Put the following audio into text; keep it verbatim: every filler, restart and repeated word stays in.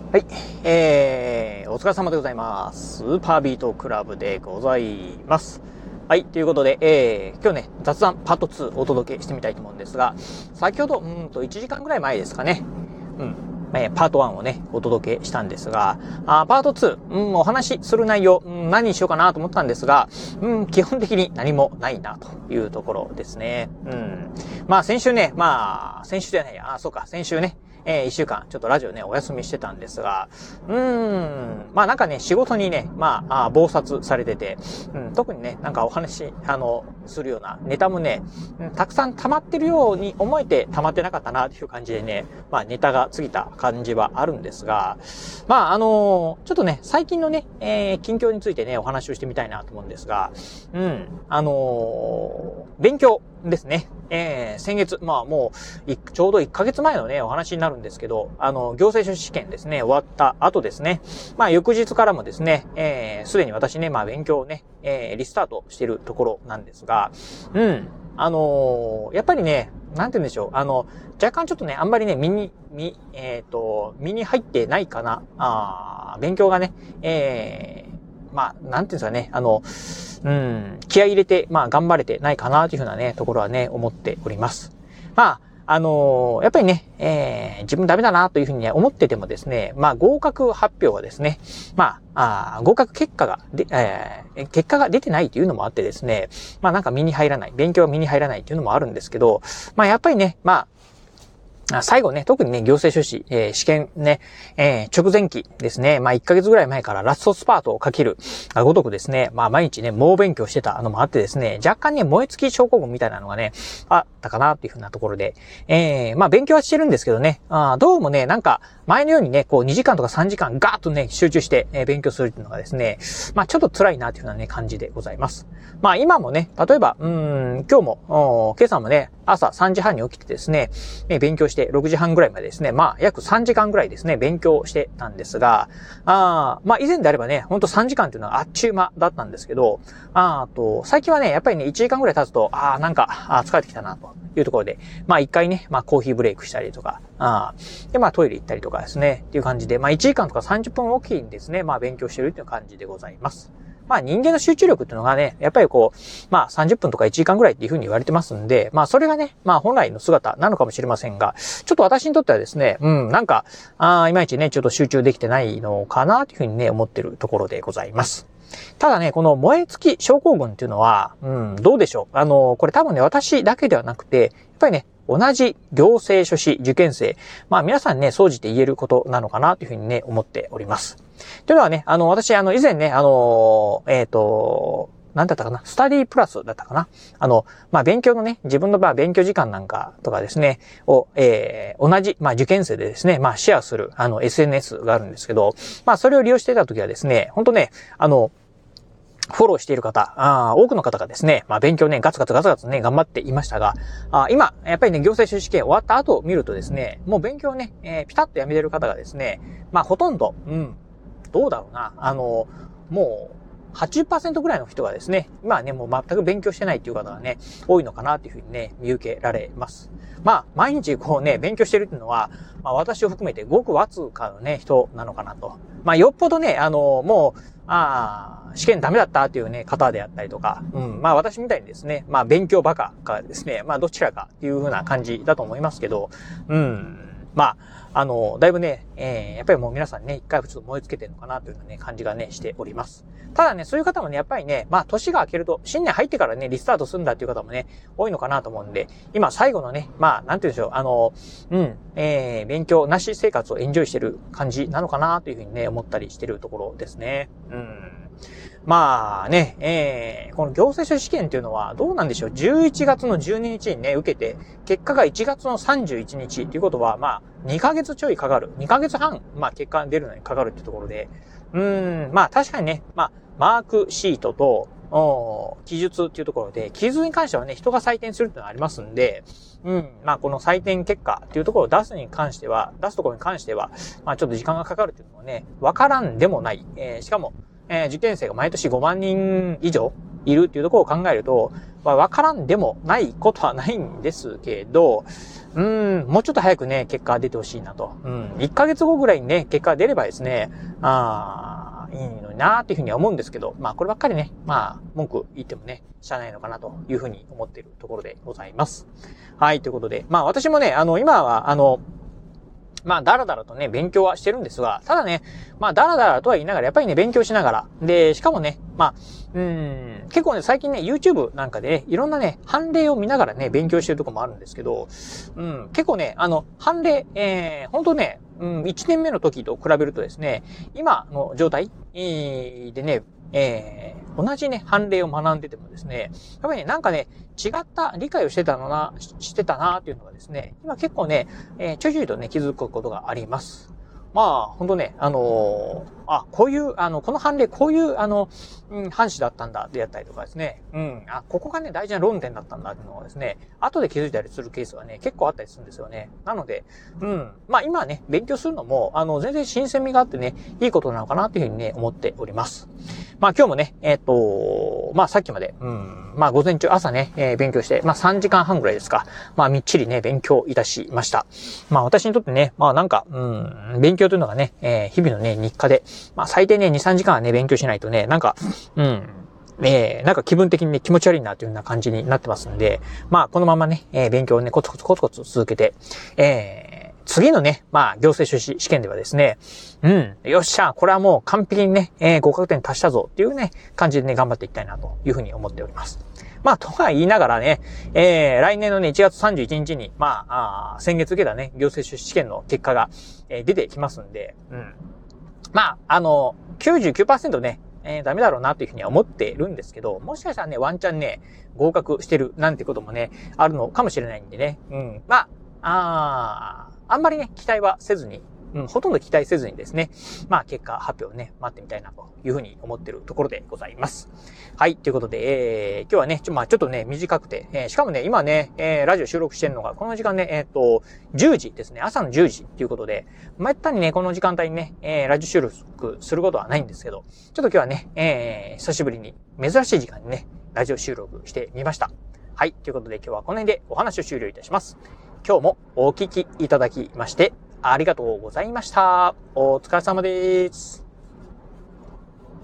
はい、えー、お疲れ様でございます。スーパービートクラブでございます。はい、ということで、えー、今日ね、雑談パートツーお届けしてみたいと思うんですが、先ほど、うんといちじかんぐらい前ですかね、うん、えー、パートワンをね、お届けしたんですが、あパートツー、うん、お話しする内容、うん、何にしようかなと思ったんですが、うん、基本的に何もないなというところですね。うん。まあ先週ね、まあ、先週じゃないや、あ、そうか、先週ね、えー、一週間、ちょっとラジオね、お休みしてたんですが、うーん、まあなんかね、仕事にね、まあ、あ忙殺されてて、うん、特にね、なんかお話、あの、するようなネタもね、うん、たくさん溜まってるように思えて溜まってなかったな、という感じでね、まあネタが過ぎた感じはあるんですが、まああのー、ちょっとね、最近のね、えー、近況についてね、お話をしてみたいなと思うんですが、うん、あのー、勉強ですね。えー、先月、まあもう、ちょうどいっかげつまえのね、お話になるんですけど、あの、行政書士試験ですね、終わった後ですね、まあ翌日からもですね、えー、すでに私ね、まあ勉強をね、えー、リスタートしているところなんですが、うん、あのー、やっぱりね、なんて言うんでしょう、あの、若干ちょっとね、あんまりね、身に、身、えっと、身に入ってないかな、あ勉強がね、えー、まあ、なんていうんですかね、あの、うん、気合い入れて、まあ、頑張れてないかな、というふうなね、ところはね、思っております。まあ、あのー、やっぱりね、えー、自分ダメだな、というふうにね、思っててもですね、まあ、合格発表はですね、まあ、あ合格結果が、で、えー、結果が出てないというのもあってですね、まあ、なんか身に入らない、勉強が身に入らないというのもあるんですけど、まあ、やっぱりね、まあ、最後ね、特にね、行政書士、えー、試験ね、えー、直前期ですね、まあいっかげつぐらい前からラストスパートをかけるごとくですね、まあ毎日ね、猛勉強してたのもあってですね、若干ね、燃え尽き症候群みたいなのがね、あったかなっていうふうなところで、えー、まあ勉強はしてるんですけどね、あどうもね、なんか、前のようにね、こうにじかんとかさんじかんガーッとね、集中して、えー、勉強するっていうのがですね、まあちょっと辛いなっていうふうなね、感じでございます。まあ今もね、例えば、うーん、今日も、今朝もね、朝さんじはんに起きてですね、勉強してろくじはんぐらいまでですね、まあ約さんじかんぐらいですね、勉強してたんですが、あまあ以前であればね、ほんとさんじかんっていうのはあっちゅう間だったんですけど、あと、最近はね、やっぱりね、いちじかんぐらい経つと、ああ、なんか、あ疲れてきたな、というところで、まあ一回ね、まあコーヒーブレイクしたりとか、あで、まあトイレ行ったりとかですね、っていう感じで、まあいちじかんとかさんじゅっぷんおきにですね、まあ勉強してるっていう感じでございます。まあ人間の集中力っていうのがね、やっぱりこう、まあさんじゅっぷんとかいちじかんぐらいっていう風に言われてますんで、まあそれがね、まあ本来の姿なのかもしれませんが、ちょっと私にとってはですね、うん、なんか、あいまいちね、ちょっと集中できてないのかなという風にね、思ってるところでございます。ただね、この燃え尽き症候群っていうのは、うん、どうでしょう。あの、これ多分ね、私だけではなくて、やっぱりね、同じ行政書士受験生、まあ皆さんね、総じて言えることなのかなというふうにね、思っております。というのはね、あの、私、あの、以前ね、あの、えっと、なんだったかな、スタディプラスだったかな。あの、まあ、勉強のね、自分のまあ勉強時間なんかとかですね、を、えー、同じ、まあ、受験生でですね、まあ、シェアする、あの、エスエヌエス があるんですけど、まあ、それを利用していた時はですね、本当ね、あの、フォローしている方、あ多くの方がですね、まあ勉強ね、ガツガツガツガツね、頑張っていましたが、あ今、やっぱりね、行政書士試験終わった後を見るとですね、もう勉強ね、えー、ピタッとやめてる方がですね、まあほとんど、うん、どうだろうな、あの、もう、はちじゅっパーセントぐらいの人がですね、今はね、もう全く勉強してないっていう方がね、多いのかなっていうふうにね、見受けられます。まあ、毎日こうね、勉強してるっていうのは、まあ私を含めてごくわずかのね、人なのかなと。まあ、よっぽどね、あの、もう、ああ、試験ダメだったっていうね、方であったりとか、うん、まあ私みたいにですね、まあ勉強バカかですね、まあどちらかっていう風な感じだと思いますけど、うん、まあ、あの、だいぶね、えー、やっぱりもう皆さんね、一回ちょっと燃え尽きてるのかなというようなね、感じがね、しております。ただね、そういう方もね、やっぱりね、まあ年が明けると、新年入ってからね、リスタートするんだっていう方もね、多いのかなと思うんで、今最後のね、まあ、なんて言うんでしょう、あの、うん、えー、勉強なし生活をエンジョイしてる感じなのかなというふうにね、思ったりしてるところですね。うん。まあね、えー、この行政書士試験っていうのはどうなんでしょう。じゅういちがつのじゅうににちにね、受けて、結果がいちがつのさんじゅういちにちということは、まあ、にかげつちょいかかる。にかげつはん、まあ、結果が出るのにかかるっていうところで、うーん、まあ、確かにね、まあ、マークシートと、記述っていうところで、記述に関してはね、人が採点するっていうのがありますんで、うん、まあ、この採点結果っていうところを出すに関しては、出すところに関しては、まあ、ちょっと時間がかかるっていうのもね、わからんでもない。えー、しかも、えー、受験生が毎年ごまんにん以上いるっていうところを考えると、 はわからんでもないことはないんですけど、うーん、もうちょっと早くね、結果が出てほしいなと。うん、いっかげつごぐらいにね、結果が出ればですね、あー、いいのになーっていうふうには思うんですけど、まあこればっかりね、まあ文句言ってもね、しゃあないのかなというふうに思っているところでございます。はい、ということで、まあ私もね、あの、今は、あの、まあ、だらだらとね、勉強はしてるんですが、ただね、まあ、だらだらとは言いながら、やっぱりね、勉強しながら、で、しかもね、まあ、うーん、結構ね、最近ね、YouTube なんかで、ね、いろんなね、判例を見ながらね、勉強してるとこもあるんですけど、うん、結構ね、あの、判例、えー、ほんとね、うん、いちねんめの時と比べるとですね、今の状態、えー、でね、えー、同じね、判例を学んでてもですね、やっぱりね、なんかね、違った理解をしてたのな、してたなっていうのがですね、今結構ね、えー、ちょいちょいとね、気づくことがあります。まあ、ほんとね、あのー、あ、こういう、あの、この判例、こういう、あの、うん、判詞だったんだ、であったりとかですね、うん、あ、ここがね、大事な論点だったんだっていうのがですね、後で気づいたりするケースがね、結構あったりするんですよね。なので、うん、まあ今ね、勉強するのも、あの、全然新鮮味があってね、いいことなのかなっていうふうにね、思っております。まあ今日もね、えっと、まあさっきまで、うん、まあ午前中朝ね、えー、勉強して、まあさんじかんはんぐらいですか、まあみっちりね、勉強いたしました。まあ私にとってね、まあなんか、うん、勉強というのがね、えー、日々のね、日課で、まあ最低ね、に、さんじかんはね、勉強しないとね、なんか、うん、えー、なんか気分的にね、気持ち悪いなというような感じになってますんで、まあこのままね、えー、勉強をね、コツコツコツコツ続けて、えー、次のね、まあ、行政書士試験ではですね、うん、よっしゃ、これはもう完璧にね、えー、合格点達したぞっていうね、感じでね、頑張っていきたいなというふうに思っております。まあ、とは言いながらね、えー、来年のね、いちがつさんじゅういちにちに、まあ、あ先月受けたね、行政書士試験の結果が、えー、出てきますんで、うん。まあ、あの、きゅうじゅうきゅうパーセント ね、えー、ダメだろうなというふうには思っているんですけど、もしかしたらね、ワンチャンね、合格してるなんてこともね、あるのかもしれないんでね、うん。まあ、あー、あんまりね、期待はせずに、うん、ほとんど期待せずにですね、まあ結果発表をね、待ってみたいなというふうに思っているところでございます。はい、ということで、えー、今日はね、ちょ、まあちょっとね、短くて、えー、しかもね、今ね、えー、ラジオ収録してるのが、この時間ね、えっと、じゅうじですね、朝のじゅうじということで、まったにね、この時間帯にね、えー、ラジオ収録することはないんですけど、ちょっと今日はね、えー、久しぶりに珍しい時間にね、ラジオ収録してみました。はい、ということで今日はこの辺でお話を終了いたします。今日もお聞きいただきまして、ありがとうございました。お疲れ様です。